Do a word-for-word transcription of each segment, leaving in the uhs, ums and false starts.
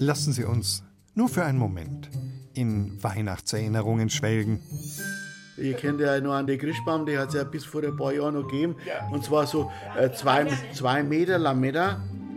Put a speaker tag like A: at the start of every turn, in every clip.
A: Lassen Sie uns nur für einen Moment in Weihnachtserinnerungen schwelgen.
B: Ihr kennt ja noch an den Christbaum, die hat es ja bis vor ein paar Jahren noch gegeben. Ja. Und zwar so äh, zwei, zwei Meter Lametta.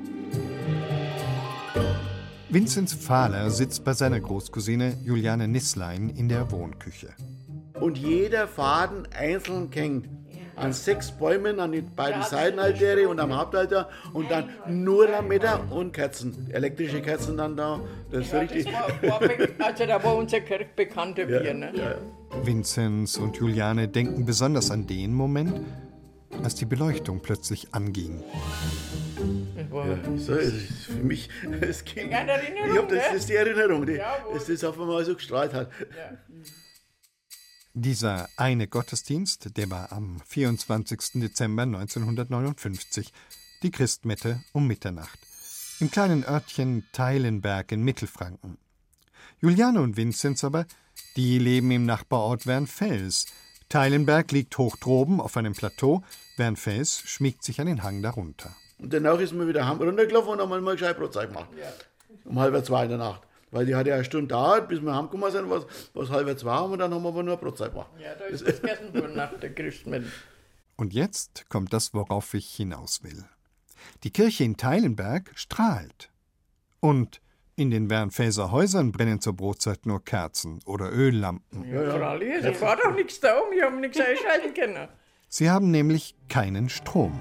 A: Vinzenz Fahler sitzt bei seiner Großcousine Juliane Nisslein in der Wohnküche.
B: Und jeder Faden einzeln hängt. An sechs Bäumen, an den beiden Seitenaltäre und am Hauptaltar und dann nur Lametta und Kerzen, elektrische Kerzen dann da. Das ist ja, richtig. Das war, war,
C: also da war unser kirchbekannter Bier. Ne?
B: Ja, ja.
A: Vinzenz und Juliane denken besonders an den Moment, als die Beleuchtung plötzlich anging.
B: Ja, so ist es für mich. Es ging,
C: ich
B: hab das, das ist die Erinnerung, die, ja, dass das auf einmal so gestrahlt hat. Ja.
A: Dieser eine Gottesdienst, der war am vierundzwanzigsten Dezember neunzehnhundertneunundfünfzig, die Christmette um Mitternacht, im kleinen Örtchen Teilenberg in Mittelfranken. Juliane und Vinzenz aber, die leben im Nachbarort Wernfels. Teilenberg liegt hoch droben auf einem Plateau, Wernfels schmiegt sich an den Hang darunter.
B: Und danach ist man wieder runtergelaufen und haben wir mal gescheit Brotzeit gemacht. Ja. Um halb zwei in der Nacht. Weil die hat ja eine Stunde gedauert, bis wir heimgekommen sind, was, was halb zwei haben und dann haben wir aber nur Brotzeit gemacht.
C: Ja, da ist das gegessen worden nach der Christmette.
A: Und jetzt kommt das, worauf ich hinaus will. Die Kirche in Teilenberg strahlt. Und in den Wernfelser Häusern brennen zur Brotzeit nur Kerzen oder Öllampen.
C: Ja, ja. Freilich, es war doch nichts da oben, wir haben nichts einschalten können.
A: Sie haben nämlich keinen Strom.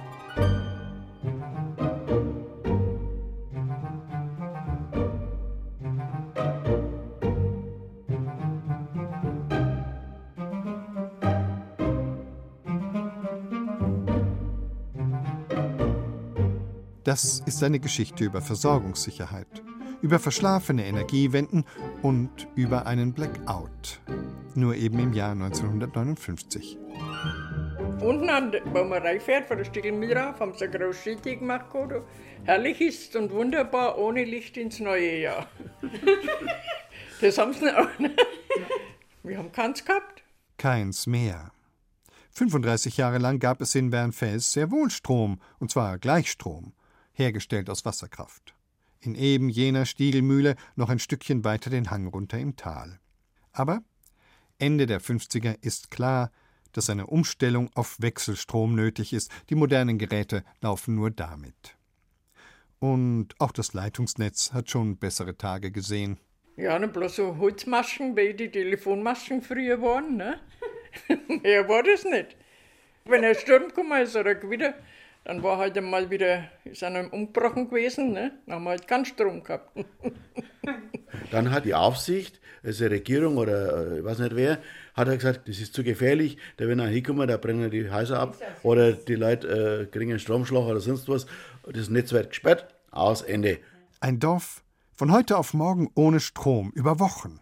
A: Das ist eine Geschichte über Versorgungssicherheit, über verschlafene Energiewenden und über einen Blackout. Nur eben im Jahr neunzehnhundertneunundfünfzig.
C: Unten, an, wo man reinfährt, von der Stiegelmühle rauf, haben sie eine große Schitte gemacht. Herrlich ist und wunderbar, ohne Licht ins neue Jahr. Das haben sie auch nicht. Wir haben keins gehabt.
A: Keins mehr. fünfunddreißig Jahre lang gab es in Wernfels sehr wohl Strom, und zwar Gleichstrom, hergestellt aus Wasserkraft. In eben jener Stiegelmühle noch ein Stückchen weiter den Hang runter im Tal. Aber Ende der fünfziger ist klar, dass eine Umstellung auf Wechselstrom nötig ist. Die modernen Geräte laufen nur damit. Und auch das Leitungsnetz hat schon bessere Tage gesehen.
C: Ja, nicht bloß so Holzmaschen, wie die Telefonmaschen früher waren, ne? Mehr war das nicht. Wenn ein Sturm gekommen ist oder wieder, dann war halt einmal wieder, ist einer umgebrochen gewesen, ne? Dann haben wir halt keinen Strom gehabt.
B: Dann hat die Aufsicht, also die Regierung oder ich weiß nicht wer, hat er gesagt, das ist zu gefährlich, da wenn er hinkommen, da brennen die Häuser ab oder die Leute äh, kriegen einen Stromschlag oder sonst was. Das Netz wird gesperrt, aus, Ende.
A: Ein Dorf von heute auf morgen ohne Strom, über Wochen.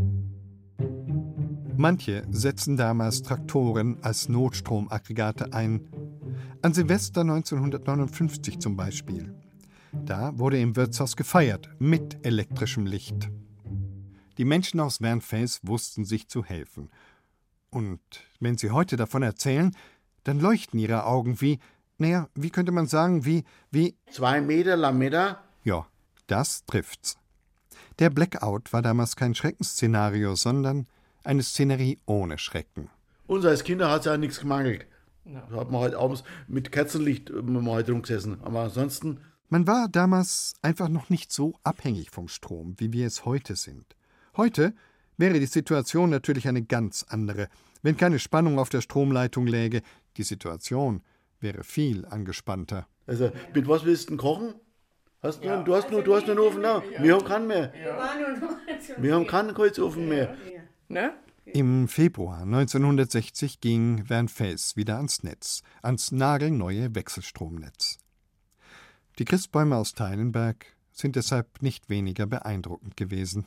A: Manche setzen damals Traktoren als Notstromaggregate ein. An Silvester neunzehnhundertneunundfünfzig zum Beispiel. Da wurde im Wirtshaus gefeiert, mit elektrischem Licht. Die Menschen aus Wernfels wussten sich zu helfen. Und wenn sie heute davon erzählen, dann leuchten ihre Augen wie, naja, wie könnte man sagen, wie, wie...
B: Zwei Meter Lametta?
A: Ja, das trifft's. Der Blackout war damals kein Schreckensszenario, sondern eine Szenerie ohne Schrecken.
B: Uns als Kinder hat es ja nichts gemangelt. No. Da hat man halt abends mit Kerzenlicht mal halt rumgesessen. Aber ansonsten...
A: Man war damals einfach noch nicht so abhängig vom Strom, wie wir es heute sind. Heute wäre die Situation natürlich eine ganz andere. Wenn keine Spannung auf der Stromleitung läge, die Situation wäre viel angespannter.
B: Also, mit was willst du denn kochen? Hast du, ja. du, hast nur, du hast nur einen Ofen da. Ja. Wir haben keinen mehr. Ja. Wir haben keinen Holzofen mehr.
C: Ne?
A: Im Februar neunzehnhundertsechzig ging Wernfels wieder ans Netz, ans nagelneue Wechselstromnetz. Die Christbäume aus Teilenberg sind deshalb nicht weniger beeindruckend gewesen.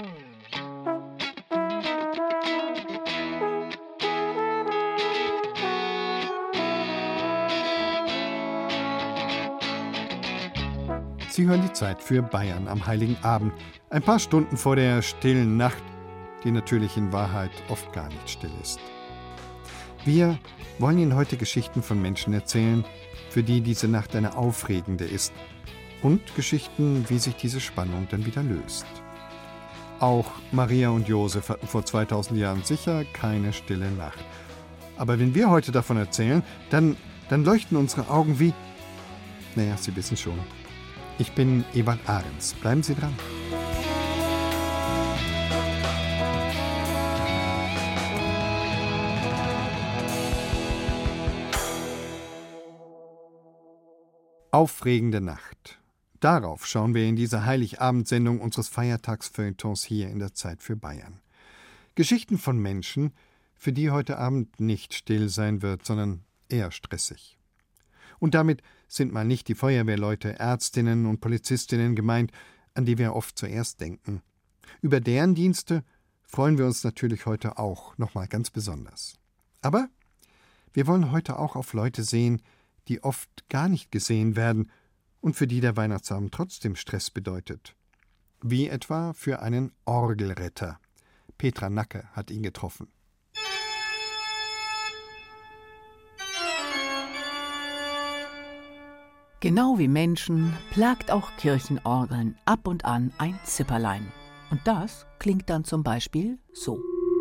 A: Sie hören die Zeit für Bayern am Heiligen Abend, ein paar Stunden vor der stillen Nacht, die natürlich in Wahrheit oft gar nicht still ist. Wir wollen Ihnen heute Geschichten von Menschen erzählen, für die diese Nacht eine aufregende ist und Geschichten, wie sich diese Spannung dann wieder löst. Auch Maria und Josef hatten vor zweitausend Jahren sicher keine stille Nacht. Aber wenn wir heute davon erzählen, dann, dann leuchten unsere Augen wie... Naja, Sie wissen schon. Ich bin Ewald Ahrens. Bleiben Sie dran. Aufregende Nacht. Darauf schauen wir in dieser Heiligabendsendung unseres Feiertagsfeuilletons hier in der Zeit für Bayern. Geschichten von Menschen, für die heute Abend nicht still sein wird, sondern eher stressig. Und damit sind mal nicht die Feuerwehrleute, Ärztinnen und Polizistinnen gemeint, an die wir oft zuerst denken. Über deren Dienste freuen wir uns natürlich heute auch nochmal ganz besonders. Aber wir wollen heute auch auf Leute sehen, die oft gar nicht gesehen werden und für die der Weihnachtsabend trotzdem Stress bedeutet. Wie etwa für einen Orgelretter. Petra Nacke hat ihn getroffen.
D: Genau wie Menschen plagt auch Kirchenorgeln ab und an ein Zipperlein. Und das klingt dann zum Beispiel so.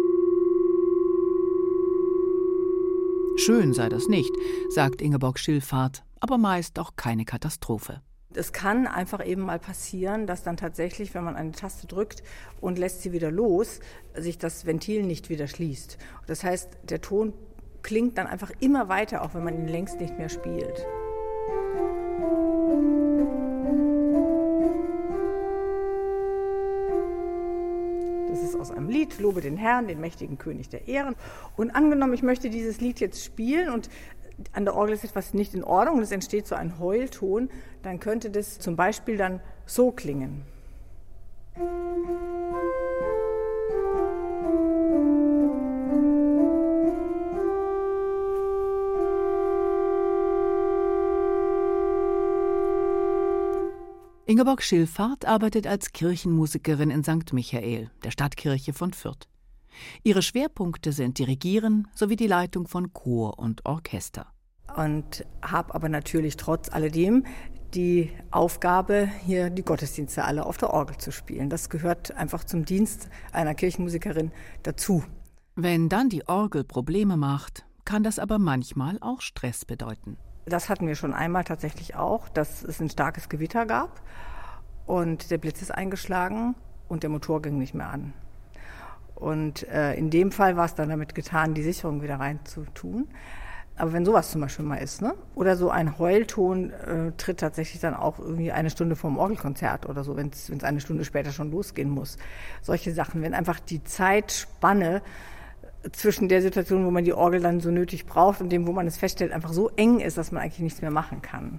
D: Schön sei das nicht, sagt Ingeborg Schilfhardt, aber meist auch keine Katastrophe.
E: Es kann einfach eben mal passieren, dass dann tatsächlich, wenn man eine Taste drückt und lässt sie wieder los, sich das Ventil nicht wieder schließt. Das heißt, der Ton klingt dann einfach immer weiter, auch wenn man ihn längst nicht mehr spielt. Das ist aus einem Lied, Lobe den Herrn, den mächtigen König der Ehren. Und angenommen, ich möchte dieses Lied jetzt spielen und an der Orgel ist etwas nicht in Ordnung und es entsteht so ein Heulton, dann könnte das zum Beispiel dann so klingen.
D: Ingeborg Schilfhardt arbeitet als Kirchenmusikerin in Sankt Michael, der Stadtkirche von Fürth. Ihre Schwerpunkte sind Dirigieren sowie die Leitung von Chor und Orchester.
E: Und habe aber natürlich trotz alledem die Aufgabe, hier die Gottesdienste alle auf der Orgel zu spielen. Das gehört einfach zum Dienst einer Kirchenmusikerin dazu.
D: Wenn dann die Orgel Probleme macht, kann das aber manchmal auch Stress bedeuten.
E: Das hatten wir schon einmal tatsächlich auch, dass es ein starkes Gewitter gab und der Blitz ist eingeschlagen und der Motor ging nicht mehr an. Und äh, in dem Fall war es dann damit getan, die Sicherung wieder reinzutun. Aber wenn sowas zum Beispiel mal ist, ne? Oder so ein Heulton äh, tritt tatsächlich dann auch irgendwie eine Stunde vorm Orgelkonzert oder so, wenn es eine Stunde später schon losgehen muss. Solche Sachen, wenn einfach die Zeitspanne zwischen der Situation, wo man die Orgel dann so nötig braucht und dem, wo man es feststellt, einfach so eng ist, dass man eigentlich nichts mehr machen kann.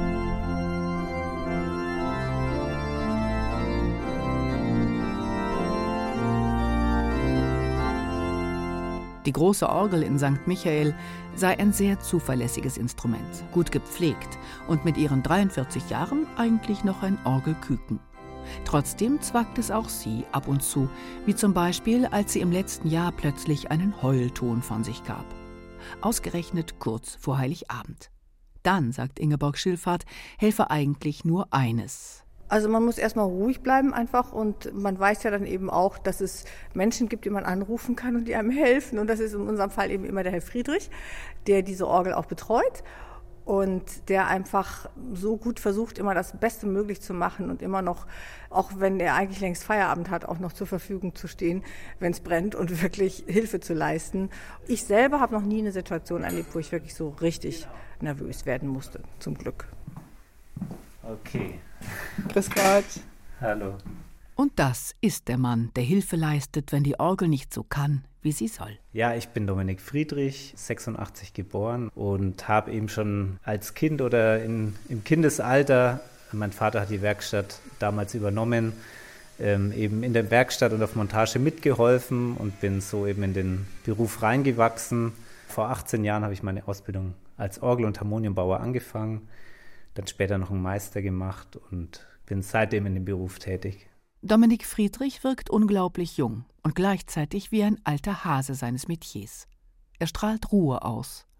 D: Die große Orgel in Sankt Michael sei ein sehr zuverlässiges Instrument, gut gepflegt und mit ihren dreiundvierzig Jahren eigentlich noch ein Orgelküken. Trotzdem zwackt es auch sie ab und zu, wie zum Beispiel, als sie im letzten Jahr plötzlich einen Heulton von sich gab. Ausgerechnet kurz vor Heiligabend. Dann, sagt Ingeborg Schilfhardt, helfe eigentlich nur eines.
E: Also man muss erstmal ruhig bleiben einfach und man weiß ja dann eben auch, dass es Menschen gibt, die man anrufen kann und die einem helfen. Und das ist in unserem Fall eben immer der Herr Friedrich, der diese Orgel auch betreut. Und der einfach so gut versucht, immer das Beste möglich zu machen und immer noch, auch wenn er eigentlich längst Feierabend hat, auch noch zur Verfügung zu stehen, wenn es brennt und wirklich Hilfe zu leisten. Ich selber habe noch nie eine Situation erlebt, wo ich wirklich so richtig nervös werden musste, zum Glück.
F: Okay.
E: Grüß Gott.
F: Hallo.
D: Und das ist der Mann, der Hilfe leistet, wenn die Orgel nicht so kann, wie sie soll.
F: Ja, ich bin Dominik Friedrich, sechsundachtzig geboren und habe eben schon als Kind oder in, im Kindesalter, mein Vater hat die Werkstatt damals übernommen, ähm, eben in der Werkstatt und auf Montage mitgeholfen und bin so eben in den Beruf reingewachsen. Vor achtzehn Jahren habe ich meine Ausbildung als Orgel- und Harmoniumbauer angefangen, dann später noch einen Meister gemacht und bin seitdem in dem Beruf tätig.
D: Dominik Friedrich wirkt unglaublich jung und gleichzeitig wie ein alter Hase seines Metiers. Er strahlt Ruhe aus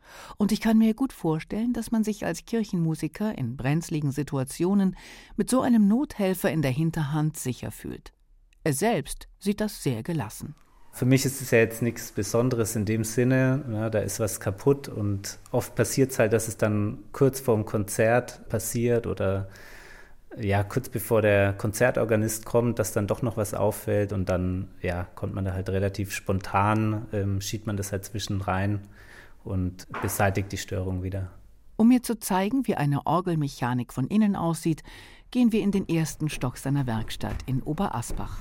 D: Und ich kann mir gut vorstellen, dass man sich als Kirchenmusiker in brenzligen Situationen mit so einem Nothelfer in der Hinterhand sicher fühlt. Er selbst sieht das sehr gelassen.
F: Für mich ist es ja jetzt nichts Besonderes in dem Sinne, ja, da ist was kaputt und oft passiert es halt, dass es dann kurz vorm Konzert passiert oder ja, kurz bevor der Konzertorganist kommt, dass dann doch noch was auffällt und dann ja, kommt man da halt relativ spontan, ähm, schiebt man das halt zwischen rein und beseitigt die Störung wieder.
D: Um mir zu zeigen, wie eine Orgelmechanik von innen aussieht, gehen wir in den ersten Stock seiner Werkstatt in Oberasbach.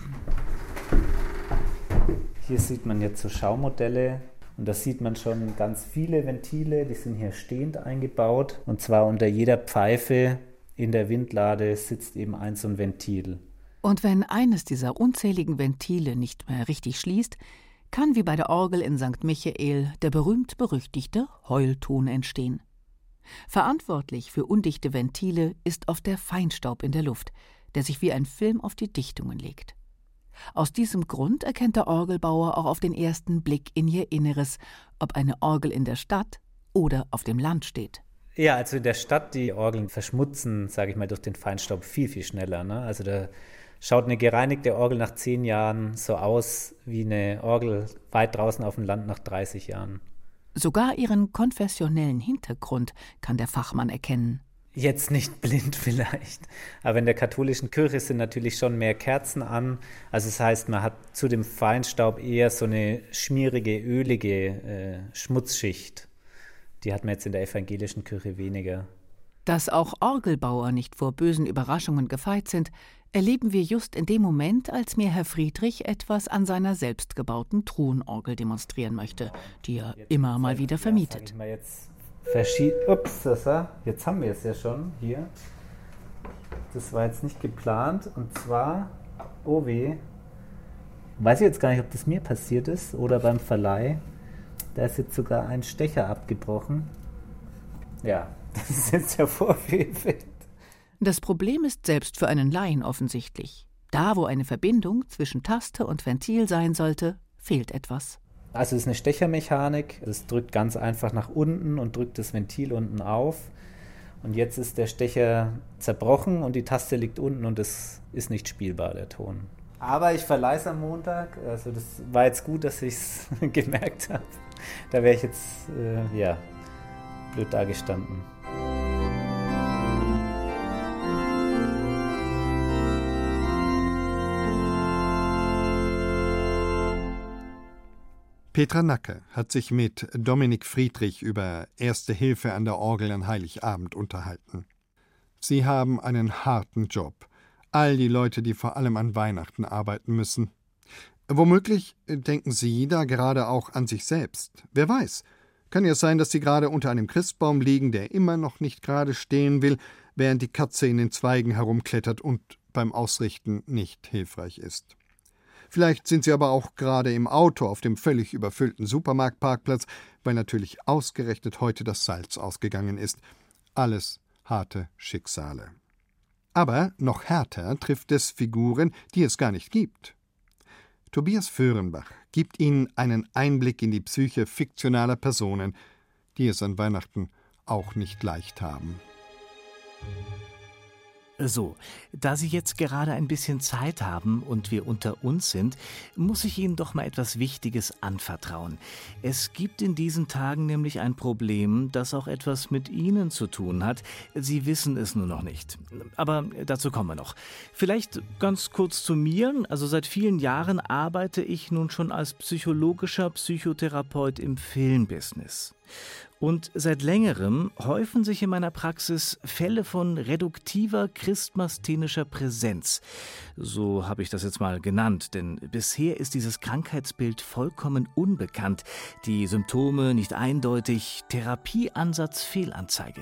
F: Hier sieht man jetzt so Schaumodelle und da sieht man schon ganz viele Ventile, die sind hier stehend eingebaut und zwar unter jeder Pfeife in der Windlade sitzt eben ein so ein Ventil.
D: Und wenn eines dieser unzähligen Ventile nicht mehr richtig schließt, kann wie bei der Orgel in Sankt Michael der berühmt-berüchtigte Heulton entstehen. Verantwortlich für undichte Ventile ist oft der Feinstaub in der Luft, der sich wie ein Film auf die Dichtungen legt. Aus diesem Grund erkennt der Orgelbauer auch auf den ersten Blick in ihr Inneres, ob eine Orgel in der Stadt oder auf dem Land steht.
F: Ja, also in der Stadt, die Orgeln verschmutzen, sage ich mal, durch den Feinstaub viel, viel schneller. Ne? Also da schaut eine gereinigte Orgel nach zehn Jahren so aus wie eine Orgel weit draußen auf dem Land nach dreißig Jahren.
D: Sogar ihren konfessionellen Hintergrund kann der Fachmann erkennen.
F: Jetzt nicht blind vielleicht, aber in der katholischen Kirche sind natürlich schon mehr Kerzen an. Also das heißt, man hat zu dem Feinstaub eher so eine schmierige, ölige äh, Schmutzschicht. Die hat man jetzt in der evangelischen Kirche weniger.
D: Dass auch Orgelbauer nicht vor bösen Überraschungen gefeit sind, erleben wir just in dem Moment, als mir Herr Friedrich etwas an seiner selbstgebauten Truhenorgel demonstrieren möchte, die er jetzt immer mal wieder vermietet.
F: Ja, jetzt, verschied- Ups, das war, jetzt haben wir es ja schon hier. Das war jetzt nicht geplant und zwar, oh weh, weiß ich jetzt gar nicht, ob das mir passiert ist oder beim Verleih. Da ist jetzt sogar ein Stecher abgebrochen. Ja, das ist jetzt der Vorführeffekt.
D: Das Problem ist selbst für einen Laien offensichtlich. Da, wo eine Verbindung zwischen Taste und Ventil sein sollte, fehlt etwas.
F: Also es ist eine Stechermechanik. Es drückt ganz einfach nach unten und drückt das Ventil unten auf. Und jetzt ist der Stecher zerbrochen und die Taste liegt unten und es ist nicht spielbar, der Ton. Aber ich verleihe es am Montag. Also das war jetzt gut, dass ich es gemerkt habe. Da wäre ich jetzt, äh, ja, blöd dagestanden.
A: Petra Nacke hat sich mit Dominik Friedrich über Erste Hilfe an der Orgel an Heiligabend unterhalten. Sie haben einen harten Job. All die Leute, die vor allem an Weihnachten arbeiten müssen. Womöglich denken Sie da gerade auch an sich selbst. Wer weiß, kann ja sein, dass Sie gerade unter einem Christbaum liegen, der immer noch nicht gerade stehen will, während die Katze in den Zweigen herumklettert und beim Ausrichten nicht hilfreich ist. Vielleicht sind Sie aber auch gerade im Auto auf dem völlig überfüllten Supermarktparkplatz, weil natürlich ausgerechnet heute das Salz ausgegangen ist. Alles harte Schicksale. Aber noch härter trifft es Figuren, die es gar nicht gibt. Tobias Föhrenbach gibt Ihnen einen Einblick in die Psyche fiktionaler Personen, die es an Weihnachten auch nicht leicht haben.
G: So, da Sie jetzt gerade ein bisschen Zeit haben und wir unter uns sind, muss ich Ihnen doch mal etwas Wichtiges anvertrauen. Es gibt in diesen Tagen nämlich ein Problem, das auch etwas mit Ihnen zu tun hat. Sie wissen es nur noch nicht. Aber dazu kommen wir noch. Vielleicht ganz kurz zu mir. Also seit vielen Jahren arbeite ich nun schon als psychologischer Psychotherapeut im Filmbusiness. Und seit längerem häufen sich in meiner Praxis Fälle von reduktiver christmasthenischer Präsenz. So habe ich das jetzt mal genannt, denn bisher ist dieses Krankheitsbild vollkommen unbekannt. Die Symptome nicht eindeutig, Therapieansatz Fehlanzeige.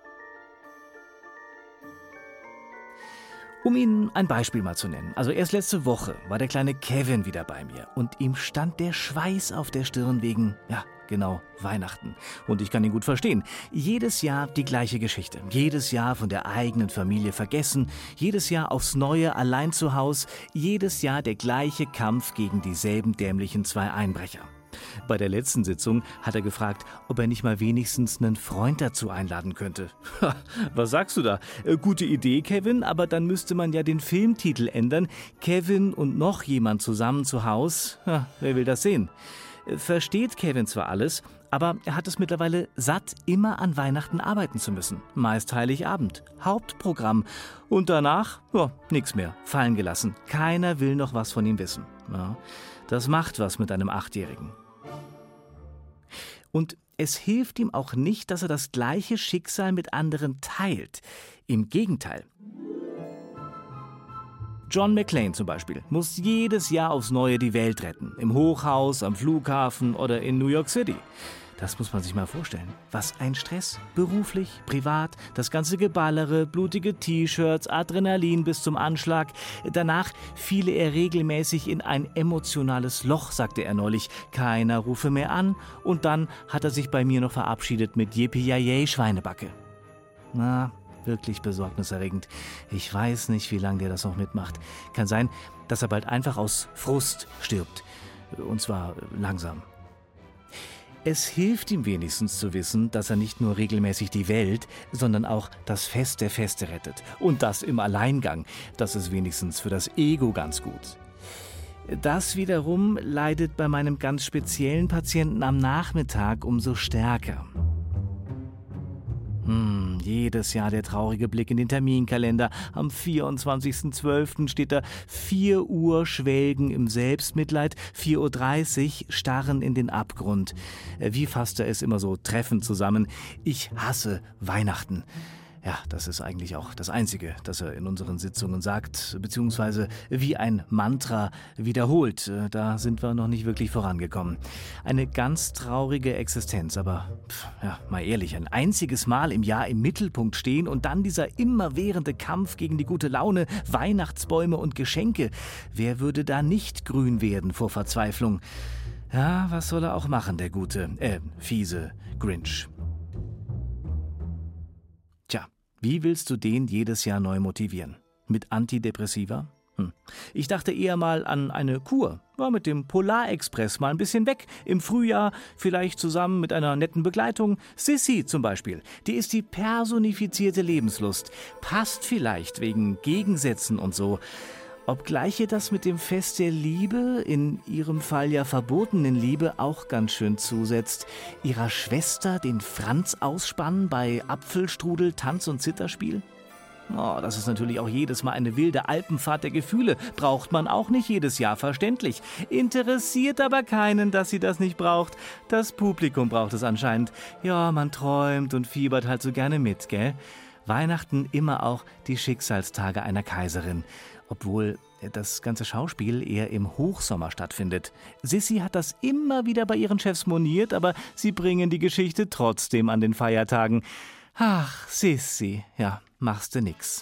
G: Um Ihnen ein Beispiel mal zu nennen. Also erst letzte Woche war der kleine Kevin wieder bei mir und ihm stand der Schweiß auf der Stirn wegen, ja, genau, Weihnachten. Und ich kann ihn gut verstehen. Jedes Jahr die gleiche Geschichte. Jedes Jahr von der eigenen Familie vergessen. Jedes Jahr aufs Neue allein zu Haus. Jedes Jahr der gleiche Kampf gegen dieselben dämlichen zwei Einbrecher. Bei der letzten Sitzung hat er gefragt, ob er nicht mal wenigstens einen Freund dazu einladen könnte. Was sagst du da? Äh, gute Idee, Kevin, aber dann müsste man ja den Filmtitel ändern. Kevin und noch jemand zusammen zu Haus. Ja, wer will das sehen? Versteht Kevin zwar alles, aber er hat es mittlerweile satt, immer an Weihnachten arbeiten zu müssen. Meist Heiligabend, Hauptprogramm. Und danach, ja, nichts mehr, fallen gelassen. Keiner will noch was von ihm wissen. Ja, das macht was mit einem Achtjährigen. Und es hilft ihm auch nicht, dass er das gleiche Schicksal mit anderen teilt. Im Gegenteil. John McClane zum Beispiel muss jedes Jahr aufs Neue die Welt retten. Im Hochhaus, am Flughafen oder in New York City. Das muss man sich mal vorstellen. Was ein Stress. Beruflich, privat, das ganze Geballere, blutige T-Shirts, Adrenalin bis zum Anschlag. Danach fiele er regelmäßig in ein emotionales Loch, sagte er neulich. Keiner rufe mehr an. Und dann hat er sich bei mir noch verabschiedet mit Yippie-Yay Schweinebacke. Na, wirklich besorgniserregend. Ich weiß nicht, wie lange der das noch mitmacht. Kann sein, dass er bald einfach aus Frust stirbt. Und zwar langsam. Es hilft ihm wenigstens zu wissen, dass er nicht nur regelmäßig die Welt, sondern auch das Fest der Feste rettet. Und das im Alleingang. Das ist wenigstens für das Ego ganz gut. Das wiederum leidet bei meinem ganz speziellen Patienten am Nachmittag umso stärker. Hm, jedes Jahr der traurige Blick in den Terminkalender. Am vierundzwanzigsten zwölften steht da vier Uhr schwelgen im Selbstmitleid, vier Uhr dreißig starren in den Abgrund. Wie fasst er es immer so treffend zusammen? Ich hasse Weihnachten. Ja, das ist eigentlich auch das Einzige, das er in unseren Sitzungen sagt, beziehungsweise wie ein Mantra wiederholt. Da sind wir noch nicht wirklich vorangekommen. Eine ganz traurige Existenz, aber pff, ja, mal ehrlich, ein einziges Mal im Jahr im Mittelpunkt stehen und dann dieser immerwährende Kampf gegen die gute Laune, Weihnachtsbäume und Geschenke. Wer würde da nicht grün werden vor Verzweiflung? Ja, was soll er auch machen, der gute, äh, fiese Grinch? Wie willst du den jedes Jahr neu motivieren? Mit Antidepressiva? Hm. Ich dachte eher mal an eine Kur. War mit dem Polarexpress mal ein bisschen weg. Im Frühjahr vielleicht zusammen mit einer netten Begleitung. Sissy zum Beispiel. Die ist die personifizierte Lebenslust. Passt vielleicht wegen Gegensätzen und so. Obgleich ihr das mit dem Fest der Liebe, in ihrem Fall ja verbotenen Liebe, auch ganz schön zusetzt. Ihrer Schwester den Franz ausspannen bei Apfelstrudel, Tanz und Zitterspiel? Oh, das ist natürlich auch jedes Mal eine wilde Alpenfahrt der Gefühle. Braucht man auch nicht jedes Jahr, verständlich. Interessiert aber keinen, dass sie das nicht braucht. Das Publikum braucht es anscheinend. Ja, man träumt und fiebert halt so gerne mit, gell? Weihnachten immer auch die Schicksalstage einer Kaiserin. Obwohl das ganze Schauspiel eher im Hochsommer stattfindet. Sissy hat das immer wieder bei ihren Chefs moniert, aber sie bringen die Geschichte trotzdem an den Feiertagen. Ach, Sissy, ja, machst du nix.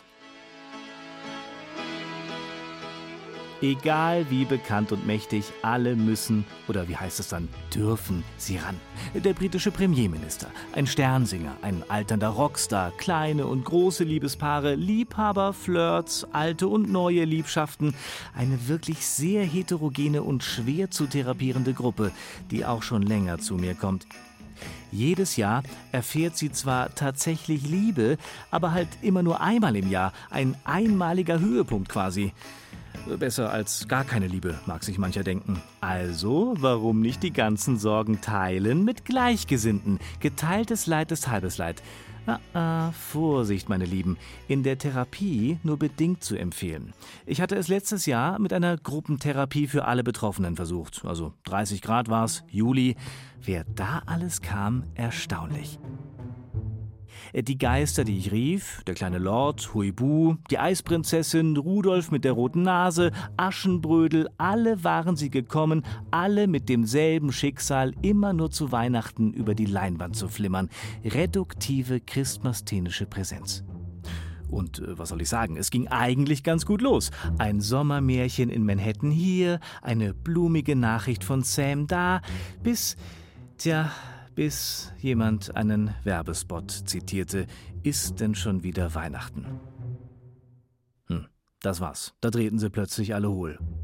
G: Egal wie bekannt und mächtig, alle müssen, oder wie heißt es dann, dürfen sie ran. Der britische Premierminister, ein Sternsinger, ein alternder Rockstar, kleine und große Liebespaare, Liebhaber, Flirts, alte und neue Liebschaften. Eine wirklich sehr heterogene und schwer zu therapierende Gruppe, die auch schon länger zu mir kommt. Jedes Jahr erfährt sie zwar tatsächlich Liebe, aber halt immer nur einmal im Jahr, ein einmaliger Höhepunkt quasi. Besser als gar keine Liebe, mag sich mancher denken. Also, warum nicht die ganzen Sorgen teilen mit Gleichgesinnten? Geteiltes Leid ist halbes Leid. Ah, ah, Vorsicht, meine Lieben. In der Therapie nur bedingt zu empfehlen. Ich hatte es letztes Jahr mit einer Gruppentherapie für alle Betroffenen versucht. Also dreißig Grad war's, Juli. Wer da alles kam, erstaunlich. Die Geister, die ich rief, der kleine Lord, Huibu, die Eisprinzessin, Rudolf mit der roten Nase, Aschenbrödel, alle waren sie gekommen, alle mit demselben Schicksal, immer nur zu Weihnachten über die Leinwand zu flimmern. Reduktive christmasthenische Präsenz. Und äh, was soll ich sagen, es ging eigentlich ganz gut los. Ein Sommermärchen in Manhattan hier, eine blumige Nachricht von Sam da, bis, tja... bis jemand einen Werbespot zitierte, ist denn schon wieder Weihnachten? Hm, das war's. Da drehten sie plötzlich alle hohl.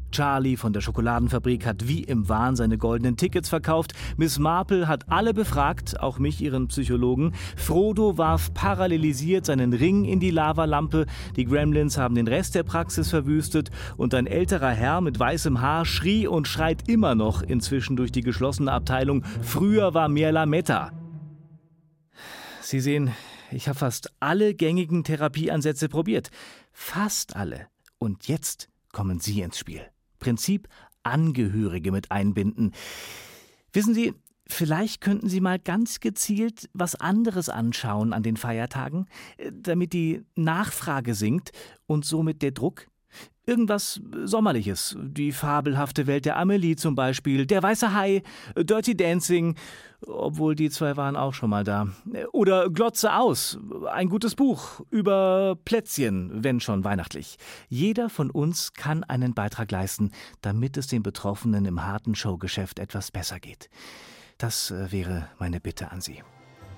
G: Charlie von der Schokoladenfabrik hat wie im Wahn seine goldenen Tickets verkauft. Miss Marple hat alle befragt, auch mich, ihren Psychologen. Frodo warf parallelisiert seinen Ring in die Lavalampe. Die Gremlins haben den Rest der Praxis verwüstet. Und ein älterer Herr mit weißem Haar schrie und schreit immer noch inzwischen durch die geschlossene Abteilung: Früher war mehr Lametta. Sie sehen, ich habe fast alle gängigen Therapieansätze probiert. Fast alle. Und jetzt kommen Sie ins Spiel. Prinzip Angehörige mit einbinden. Wissen Sie, vielleicht könnten Sie mal ganz gezielt was anderes anschauen an den Feiertagen, damit die Nachfrage sinkt und somit der Druck. Irgendwas Sommerliches, die fabelhafte Welt der Amelie zum Beispiel, der weiße Hai, Dirty Dancing, obwohl die zwei waren auch schon mal da. Oder Glotze aus, ein gutes Buch über Plätzchen, wenn schon weihnachtlich. Jeder von uns kann einen Beitrag leisten, damit es den Betroffenen im harten Showgeschäft etwas besser geht. Das wäre meine Bitte an Sie.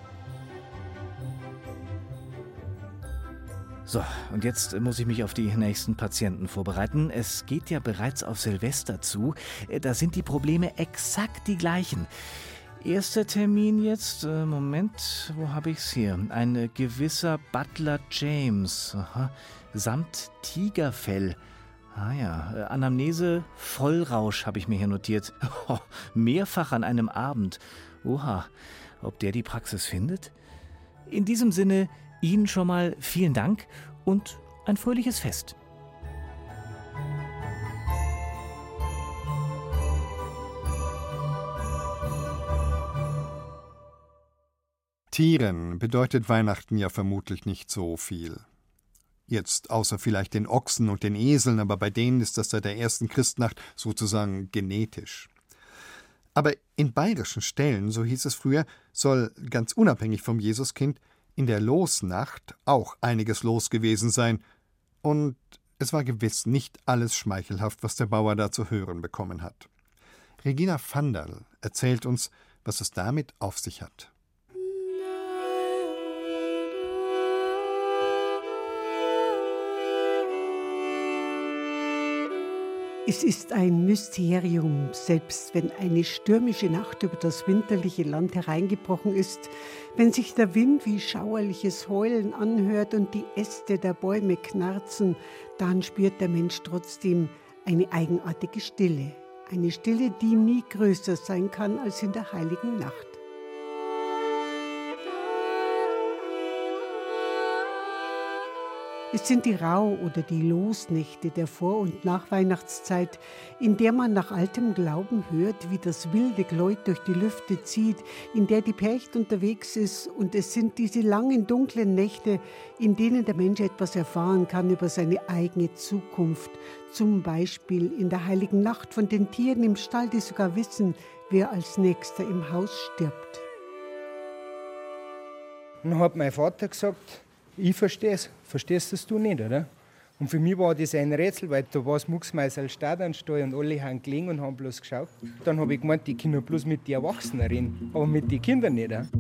G: So, und jetzt muss ich mich auf die nächsten Patienten vorbereiten. Es geht ja bereits auf Silvester zu. Da sind die Probleme exakt die gleichen. Erster Termin jetzt, äh, Moment, wo habe ich's hier? Ein äh, gewisser Butler James, aha, samt Tigerfell. Ah ja, äh, Anamnese Vollrausch habe ich mir hier notiert. Oh, mehrfach an einem Abend. Oha, ob der die Praxis findet? In diesem Sinne, Ihnen schon mal vielen Dank und ein fröhliches Fest.
A: Tieren bedeutet Weihnachten ja vermutlich nicht so viel. Jetzt außer vielleicht den Ochsen und den Eseln, aber bei denen ist das seit der ersten Christnacht sozusagen genetisch. Aber in bayerischen Ställen, so hieß es früher, soll ganz unabhängig vom Jesuskind in der Losnacht auch einiges los gewesen sein. Und es war gewiss nicht alles schmeichelhaft, was der Bauer da zu hören bekommen hat. Regina Vanderl erzählt uns, was es damit auf sich hat.
H: Es ist ein Mysterium, selbst wenn eine stürmische Nacht über das winterliche Land hereingebrochen ist, wenn sich der Wind wie schauerliches Heulen anhört und die Äste der Bäume knarzen, dann spürt der Mensch trotzdem eine eigenartige Stille. Eine Stille, die nie größer sein kann als in der heiligen Nacht. Es sind die Rauh- oder die Losnächte der Vor- und Nachweihnachtszeit, in der man nach altem Glauben hört, wie das wilde Geläut durch die Lüfte zieht, in der die Percht unterwegs ist. Und es sind diese langen, dunklen Nächte, in denen der Mensch etwas erfahren kann über seine eigene Zukunft. Zum Beispiel in der heiligen Nacht von den Tieren im Stall, die sogar wissen, wer als Nächster im Haus stirbt.
I: Dann hat mein Vater gesagt, ich verstehe es. Verstehst das du nicht, oder? Und für mich war das ein Rätsel, weil da war das Mucksmeißel Stadionstall und alle haben gelegen und haben bloß geschaut. Dann habe ich gemeint, die können bloß mit den Erwachsenen reden, aber mit den Kindern nicht. Auch.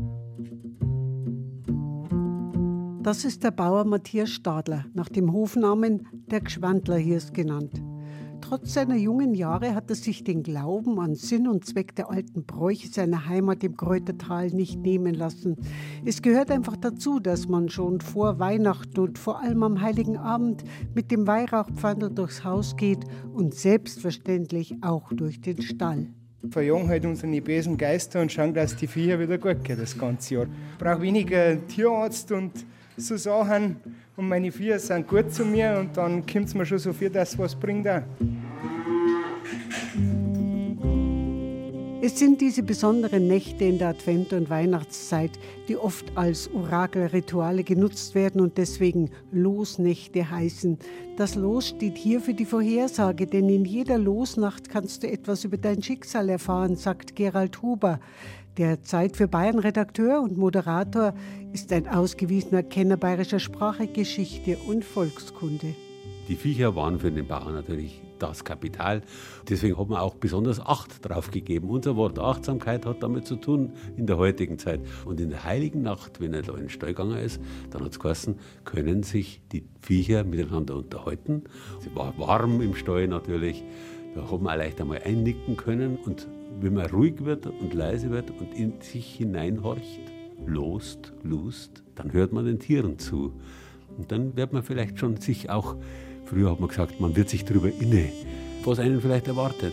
H: Das ist der Bauer Matthias Stadler, nach dem Hofnamen der Gschwandlerhirs genannt. Trotz seiner jungen Jahre hat er sich den Glauben an Sinn und Zweck der alten Bräuche seiner Heimat im Kräutertal nicht nehmen lassen. Es gehört einfach dazu, dass man schon vor Weihnachten und vor allem am Heiligen Abend mit dem Weihrauchpfandl durchs Haus geht und selbstverständlich auch durch den Stall.
I: Verjagen halt unsere bösen Geister und schauen, dass die Viecher wieder gut gehen das ganze Jahr. Ich brauche weniger Tierarzt und so Sachen. Und meine Viecher sind gut zu mir und dann kommt es mir schon so viel, dass es was bringt auch.
H: Es sind diese besonderen Nächte in der Advent- und Weihnachtszeit, die oft als Orakelrituale genutzt werden und deswegen Losnächte heißen. Das Los steht hier für die Vorhersage, denn in jeder Losnacht kannst du etwas über dein Schicksal erfahren, sagt Gerald Huber. Der Zeit für Bayern-Redakteur und Moderator ist ein ausgewiesener Kenner bayerischer Sprache, Geschichte und Volkskunde.
J: Die Viecher waren für den Bauern natürlich das Kapital. Deswegen hat man auch besonders Acht drauf gegeben. Unser Wort Achtsamkeit hat damit zu tun in der heutigen Zeit. Und in der heiligen Nacht, wenn er da in den Stall gegangen ist, dann hat es geheißen, können sich die Viecher miteinander unterhalten. Es war warm im Stall natürlich. Da hat man leicht einmal einnicken können und wenn man ruhig wird und leise wird und in sich hineinhorcht, lost, lust, dann hört man den Tieren zu. Und dann wird man vielleicht schon sich auch, früher hat man gesagt, man wird sich darüber inne, was einen vielleicht erwartet.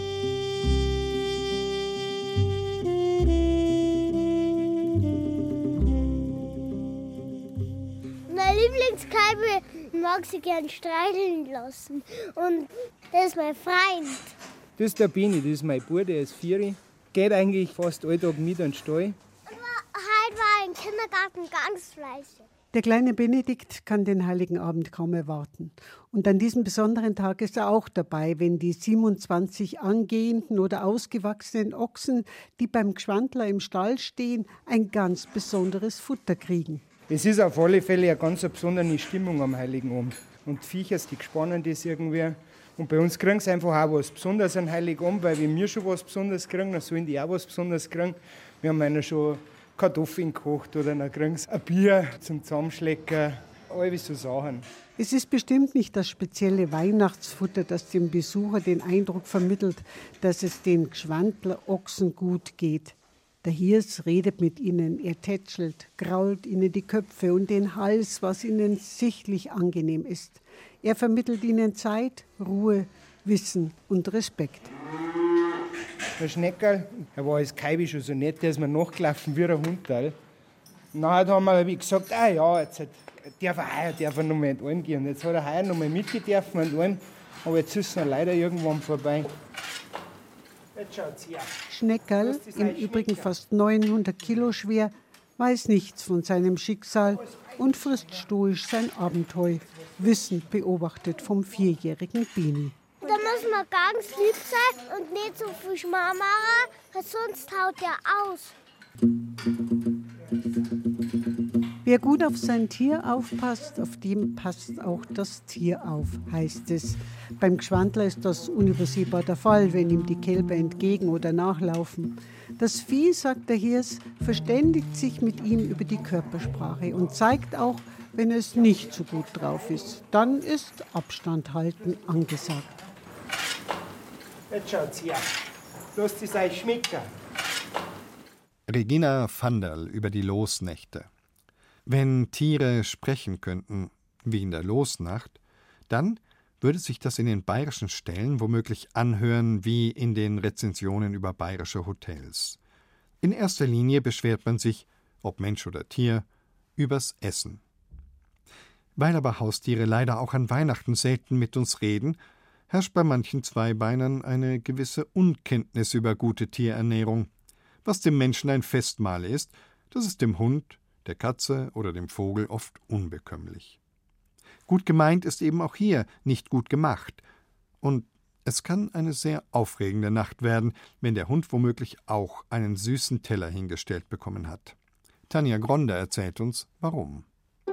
K: Meine Lieblingskalbe mag sie gern streicheln lassen. Und das ist mein Freund.
I: Das ist der Bini, das ist mein Bruder, der ist vier. Geht eigentlich fast alle Tage mit an den Stall.
K: Aber heute war im Kindergarten ganz fleißig.
H: Der kleine Benedikt kann den Heiligen Abend kaum erwarten. Und an diesem besonderen Tag ist er auch dabei, wenn die siebenundzwanzig angehenden oder ausgewachsenen Ochsen, die beim Gschwandler im Stall stehen, ein ganz besonderes Futter kriegen.
I: Es ist auf alle Fälle eine ganz besondere Stimmung am Heiligen Abend. Und die Viecher, die gespannen das irgendwie. Und bei uns kriegen sie einfach auch was Besonderes an Heiligen Abend, weil wenn wir schon was Besonderes kriegen, dann sollen die auch was Besonderes kriegen. Wir haben einer schon Kartoffeln gekocht oder dann kriegen sie ein Bier zum Zusammenschlecken, all so Sachen.
H: Es ist bestimmt nicht das spezielle Weihnachtsfutter, das dem Besucher den Eindruck vermittelt, dass es den Gschwandler-Ochsen gut geht. Der Hirs redet mit ihnen, er tätschelt, krault ihnen die Köpfe und den Hals, was ihnen sichtlich angenehm ist. Er vermittelt ihnen Zeit, Ruhe, Wissen und Respekt.
I: Der Schneckerl, er war als Kaibi schon so nett, der ist mir nachgelaufen wie ein Hund. Und dann haben wir wie gesagt, ah ja, jetzt darf er heuer darf er noch mal in den Alm gehen. Jetzt hat er heuer noch mal mitgedürfen in den Alm, aber jetzt ist er leider irgendwann vorbei. Jetzt schaut's her.
H: Schneckerl, im Übrigen fast neunhundert Kilo schwer, weiß nichts von seinem Schicksal und frisst stoisch sein Abenteuer, wissend beobachtet vom vierjährigen Bini.
K: Da muss man ganz lieb sein und nicht so viel Schmarrn machen, weil sonst haut er aus.
H: Wer gut auf sein Tier aufpasst, auf dem passt auch das Tier auf, heißt es. Beim Gschwandler ist das unübersehbar der Fall, wenn ihm die Kälber entgegen oder nachlaufen. Das Vieh, sagt der Hirs, verständigt sich mit ihm über die Körpersprache und zeigt auch, wenn es nicht so gut drauf ist. Dann ist Abstand halten angesagt.
I: Jetzt schaut's her. Lasst es euch schmecken.
A: Regina Vanderl über die Losnächte. Wenn Tiere sprechen könnten, wie in der Losnacht, dann würde sich das in den bayerischen Ställen womöglich anhören wie in den Rezensionen über bayerische Hotels. In erster Linie beschwert man sich, ob Mensch oder Tier, übers Essen. Weil aber Haustiere leider auch an Weihnachten selten mit uns reden, herrscht bei manchen Zweibeinern eine gewisse Unkenntnis über gute Tierernährung. Was dem Menschen ein Festmahl ist, das ist dem Hund, der Katze oder dem Vogel oft unbekömmlich. Gut gemeint ist eben auch hier nicht gut gemacht. Und es kann eine sehr aufregende Nacht werden, wenn der Hund womöglich auch einen süßen Teller hingestellt bekommen hat. Tanja Gronder erzählt uns, warum.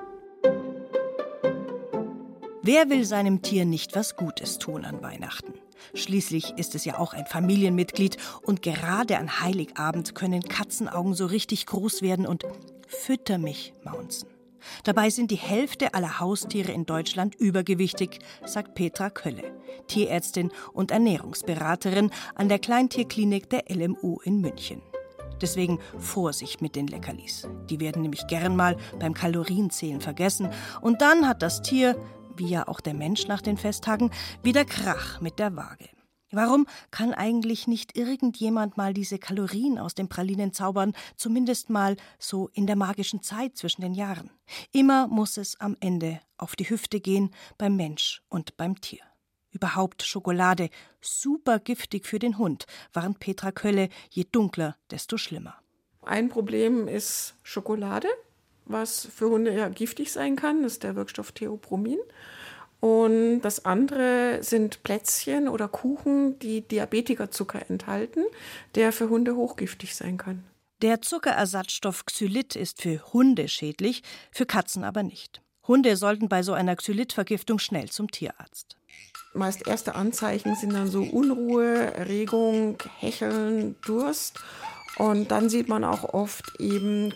L: Wer will seinem Tier nicht was Gutes tun an Weihnachten? Schließlich ist es ja auch ein Familienmitglied und gerade an Heiligabend können Katzenaugen so richtig groß werden und »Fütter mich« maunzen. Dabei sind die Hälfte aller Haustiere in Deutschland übergewichtig, sagt Petra Kölle, Tierärztin und Ernährungsberaterin an der Kleintierklinik der L M U in München. Deswegen Vorsicht mit den Leckerlis. Die werden nämlich gern mal beim Kalorienzählen vergessen und dann hat das Tier, wie ja auch der Mensch nach den Festtagen, wieder Krach mit der Waage. Warum kann eigentlich nicht irgendjemand mal diese Kalorien aus den Pralinen zaubern, zumindest mal so in der magischen Zeit zwischen den Jahren? Immer muss es am Ende auf die Hüfte gehen, beim Mensch und beim Tier. Überhaupt Schokolade, super giftig für den Hund, warnt Petra Kölle, je dunkler, desto schlimmer.
M: Ein Problem ist Schokolade, was für Hunde ja giftig sein kann, das ist der Wirkstoff Theopromin. Und das andere sind Plätzchen oder Kuchen, die Diabetikerzucker enthalten, der für Hunde hochgiftig sein kann.
L: Der Zuckerersatzstoff Xylit ist für Hunde schädlich, für Katzen aber nicht. Hunde sollten bei so einer Xylit-Vergiftung schnell zum Tierarzt.
M: Meist erste Anzeichen sind dann so Unruhe, Erregung, Hecheln, Durst. Und dann sieht man auch oft eben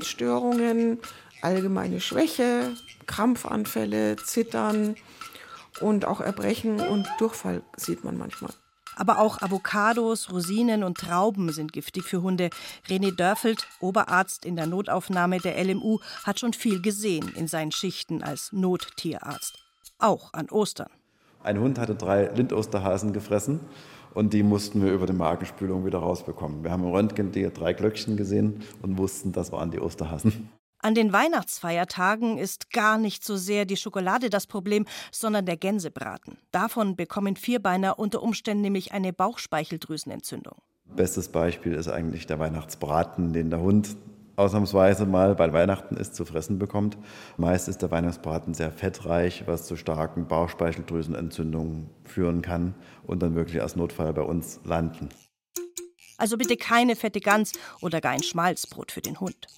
M: Koordinationsstörungen, allgemeine Schwäche, Krampfanfälle, Zittern. und auch Erbrechen und Durchfall sieht man manchmal.
L: Aber auch Avocados, Rosinen und Trauben sind giftig für Hunde. René Dörfelt, Oberarzt in der Notaufnahme der L M U, hat schon viel gesehen in seinen Schichten als Nottierarzt. Auch an Ostern.
N: Ein Hund hatte drei Lindosterhasen gefressen und die mussten wir über die Magenspülung wieder rausbekommen. Wir haben im Röntgen die drei Glöckchen gesehen und wussten, das waren die Osterhasen.
L: An den Weihnachtsfeiertagen ist gar nicht so sehr die Schokolade das Problem, sondern der Gänsebraten. Davon bekommen Vierbeiner unter Umständen nämlich eine Bauchspeicheldrüsenentzündung.
N: Bestes Beispiel ist eigentlich der Weihnachtsbraten, den der Hund ausnahmsweise mal bei Weihnachten ist, zu fressen bekommt. Meist ist der Weihnachtsbraten sehr fettreich, was zu starken Bauchspeicheldrüsenentzündungen führen kann und dann wirklich als Notfall bei uns landen.
L: Also bitte keine fette Gans oder gar ein Schmalzbrot für den Hund.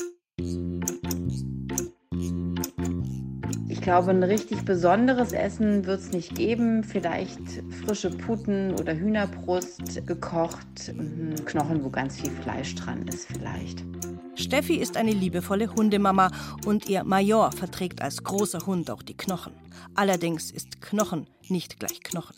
O: Ich glaube, ein richtig besonderes Essen wird es nicht geben. Vielleicht frische Puten oder Hühnerbrust gekocht, Knochen, wo ganz viel Fleisch dran ist vielleicht.
L: Steffi ist eine liebevolle Hundemama und ihr Major verträgt als großer Hund auch die Knochen. Allerdings ist Knochen nicht gleich Knochen.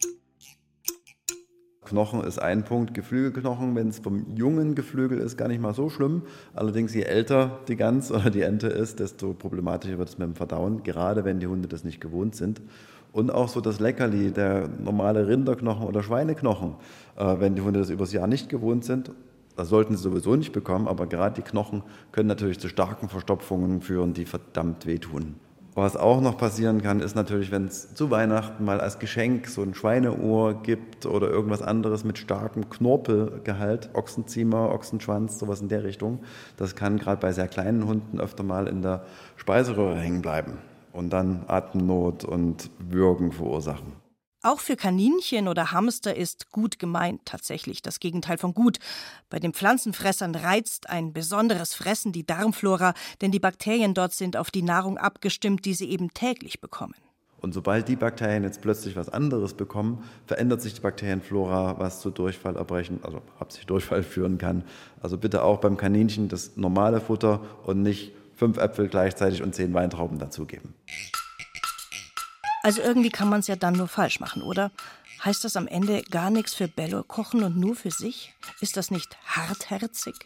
N: Knochen ist ein Punkt, Geflügelknochen, wenn es vom jungen Geflügel ist, gar nicht mal so schlimm. Allerdings je älter die Gans oder die Ente ist, desto problematischer wird es mit dem Verdauen, gerade wenn die Hunde das nicht gewohnt sind. Und auch so das Leckerli, der normale Rinderknochen oder Schweineknochen, äh, wenn die Hunde das übers Jahr nicht gewohnt sind, das sollten sie sowieso nicht bekommen, aber gerade die Knochen können natürlich zu starken Verstopfungen führen, die verdammt wehtun. Was auch noch passieren kann, ist natürlich, wenn es zu Weihnachten mal als Geschenk so ein Schweineohr gibt oder irgendwas anderes mit starkem Knorpelgehalt, Ochsenziemer, Ochsenschwanz, sowas in der Richtung. Das kann gerade bei sehr kleinen Hunden öfter mal in der Speiseröhre hängen bleiben und dann Atemnot und Würgen verursachen.
L: Auch für Kaninchen oder Hamster ist gut gemeint tatsächlich das Gegenteil von gut. Bei den Pflanzenfressern reizt ein besonderes Fressen die Darmflora, denn die Bakterien dort sind auf die Nahrung abgestimmt, die sie eben täglich bekommen.
N: Und sobald die Bakterien jetzt plötzlich was anderes bekommen, verändert sich die Bakterienflora, was zu Durchfall, Erbrechen, also hauptsächlich Durchfall führen kann. Also bitte auch beim Kaninchen das normale Futter und nicht fünf Äpfel gleichzeitig und zehn Weintrauben dazugeben.
L: Also irgendwie kann man es ja dann nur falsch machen, oder? Heißt das am Ende gar nichts für Bello kochen und nur für sich? Ist das nicht hartherzig?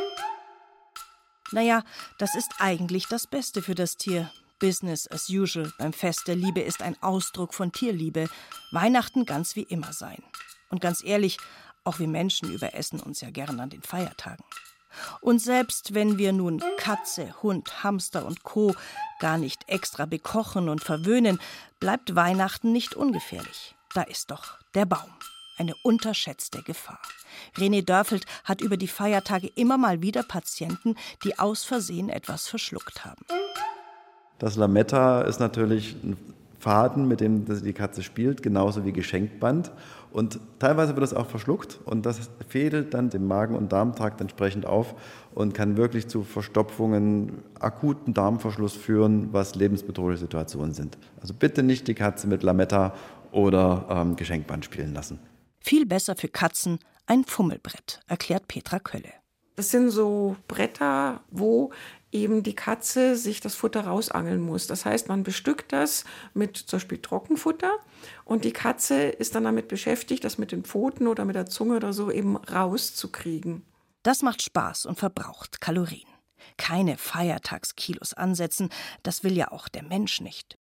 L: Naja, das ist eigentlich das Beste für das Tier. Business as usual beim Fest der Liebe ist ein Ausdruck von Tierliebe. Weihnachten ganz wie immer sein. Und ganz ehrlich, auch wir Menschen überessen uns ja gern an den Feiertagen. Und selbst wenn wir nun Katze, Hund, Hamster und Co. gar nicht extra bekochen und verwöhnen, bleibt Weihnachten nicht ungefährlich. Da ist doch der Baum. Eine unterschätzte Gefahr. René Dörfelt hat über die Feiertage immer mal wieder Patienten, die aus Versehen etwas verschluckt haben.
N: Das Lametta ist natürlich ein Faden, mit dem die Katze spielt, genauso wie Geschenkband. Und teilweise wird es auch verschluckt und das fädelt dann dem Magen- und Darmtrakt entsprechend auf und kann wirklich zu Verstopfungen, akuten Darmverschluss führen, was lebensbedrohliche Situationen sind. Also bitte nicht die Katze mit Lametta oder ähm, Geschenkband spielen lassen.
L: Viel besser für Katzen ein Fummelbrett, erklärt Petra Kölle.
M: Das sind so Bretter, wo eben die Katze sich das Futter rausangeln muss. Das heißt, man bestückt das mit zum Beispiel Trockenfutter und die Katze ist dann damit beschäftigt, das mit den Pfoten oder mit der Zunge oder so eben rauszukriegen.
L: Das macht Spaß und verbraucht Kalorien. Keine Feiertagskilos ansetzen, das will ja auch der Mensch nicht.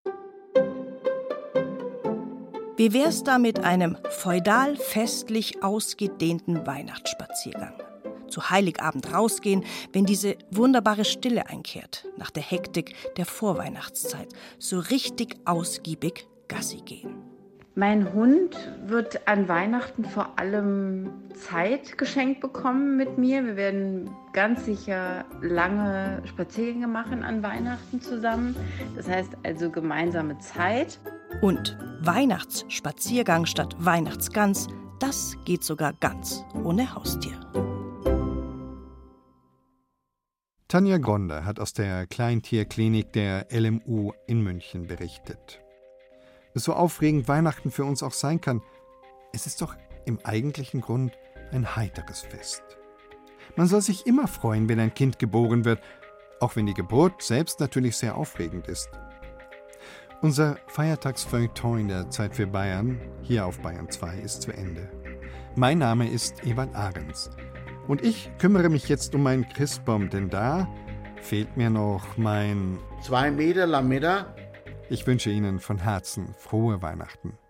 L: Wie wär's da mit einem feudal festlich ausgedehnten Weihnachtsspaziergang? Zu Heiligabend rausgehen, wenn diese wunderbare Stille einkehrt, nach der Hektik der Vorweihnachtszeit, so richtig ausgiebig Gassi gehen.
O: Mein Hund wird an Weihnachten vor allem Zeit geschenkt bekommen mit mir. Wir werden ganz sicher lange Spaziergänge machen an Weihnachten zusammen. Das heißt also gemeinsame Zeit.
L: Und Weihnachtsspaziergang statt Weihnachtsgans, das geht sogar ganz ohne Haustier.
A: Tanja Gronder hat aus der Kleintierklinik der L M U in München berichtet. So aufregend Weihnachten für uns auch sein kann, es ist doch im eigentlichen Grund ein heiteres Fest. Man soll sich immer freuen, wenn ein Kind geboren wird, auch wenn die Geburt selbst natürlich sehr aufregend ist. Unser Feiertagsfeuilleton in der Zeit für Bayern, hier auf Bayern zwei, ist zu Ende. Mein Name ist Ewald Ahrens. Und ich kümmere mich jetzt um meinen Christbaum, denn da fehlt mir noch mein...
B: Zwei Meter Lametta.
A: Ich wünsche Ihnen von Herzen frohe Weihnachten.